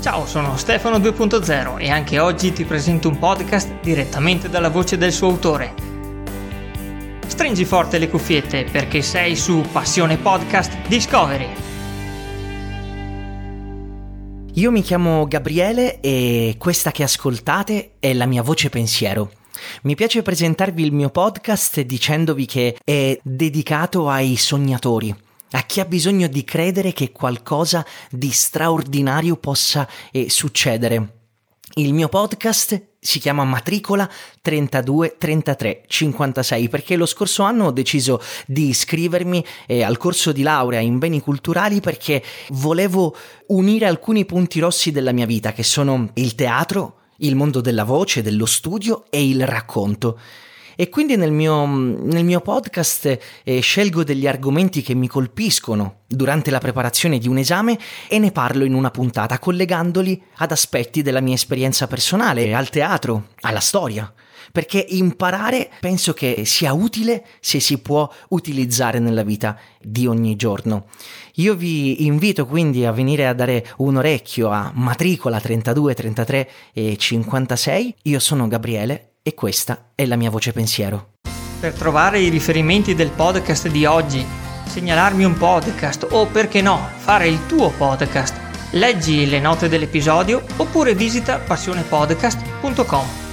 Ciao, sono Stefano 2.0 e anche oggi ti presento un podcast direttamente dalla voce del suo autore. Stringi forte le cuffiette perché sei su Passione Podcast Discovery. Io mi chiamo Gabriele e questa che ascoltate è la mia voce pensiero. Mi piace presentarvi il mio podcast dicendovi che è dedicato ai sognatori, a chi ha bisogno di credere che qualcosa di straordinario possa succedere. Il mio podcast si chiama Matricola 32 33 56 perché lo scorso anno ho deciso di iscrivermi al corso di laurea in beni culturali perché volevo unire alcuni punti rossi della mia vita, che sono il teatro, il mondo della voce, dello studio e il racconto. E quindi nel mio podcast scelgo degli argomenti che mi colpiscono durante la preparazione di un esame e ne parlo in una puntata, collegandoli ad aspetti della mia esperienza personale, al teatro, alla storia. Perché imparare penso che sia utile se si può utilizzare nella vita di ogni giorno. Io vi invito quindi a venire a dare un orecchio a Matricola 32 33 e 56. Io sono Gabriele e questa è la mia voce pensiero. Per trovare i riferimenti del podcast di oggi, segnalarmi un podcast o, perché no, fare il tuo podcast, leggi le note dell'episodio oppure visita passionepodcast.com.